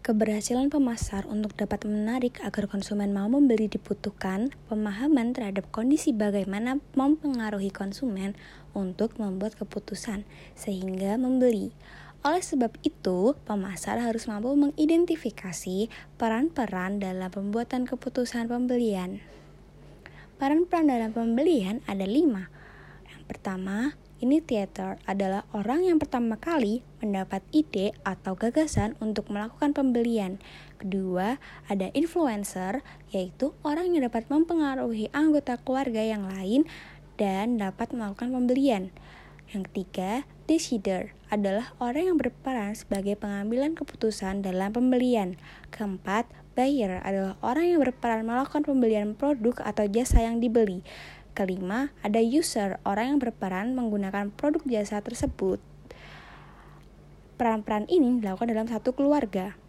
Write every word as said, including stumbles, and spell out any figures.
Keberhasilan pemasar untuk dapat menarik agar konsumen mau membeli dibutuhkan pemahaman terhadap kondisi bagaimana mempengaruhi konsumen untuk membuat keputusan sehingga membeli. Oleh sebab itu, pemasar harus mampu mengidentifikasi peran-peran dalam pembuatan keputusan pembelian. Peran-peran dalam pembelian ada lima. Yang pertama, initiator adalah orang yang pertama kali mendapat ide atau gagasan untuk melakukan pembelian. Kedua, ada influencer, yaitu orang yang dapat mempengaruhi anggota keluarga yang lain dan dapat melakukan pembelian. Yang ketiga, decider adalah orang yang berperan sebagai pengambilan keputusan dalam pembelian. Keempat, buyer adalah orang yang berperan melakukan pembelian produk atau jasa yang dibeli. Kelima, ada user, orang yang berperan menggunakan produk jasa tersebut. Peran-peran ini dilakukan dalam satu keluarga.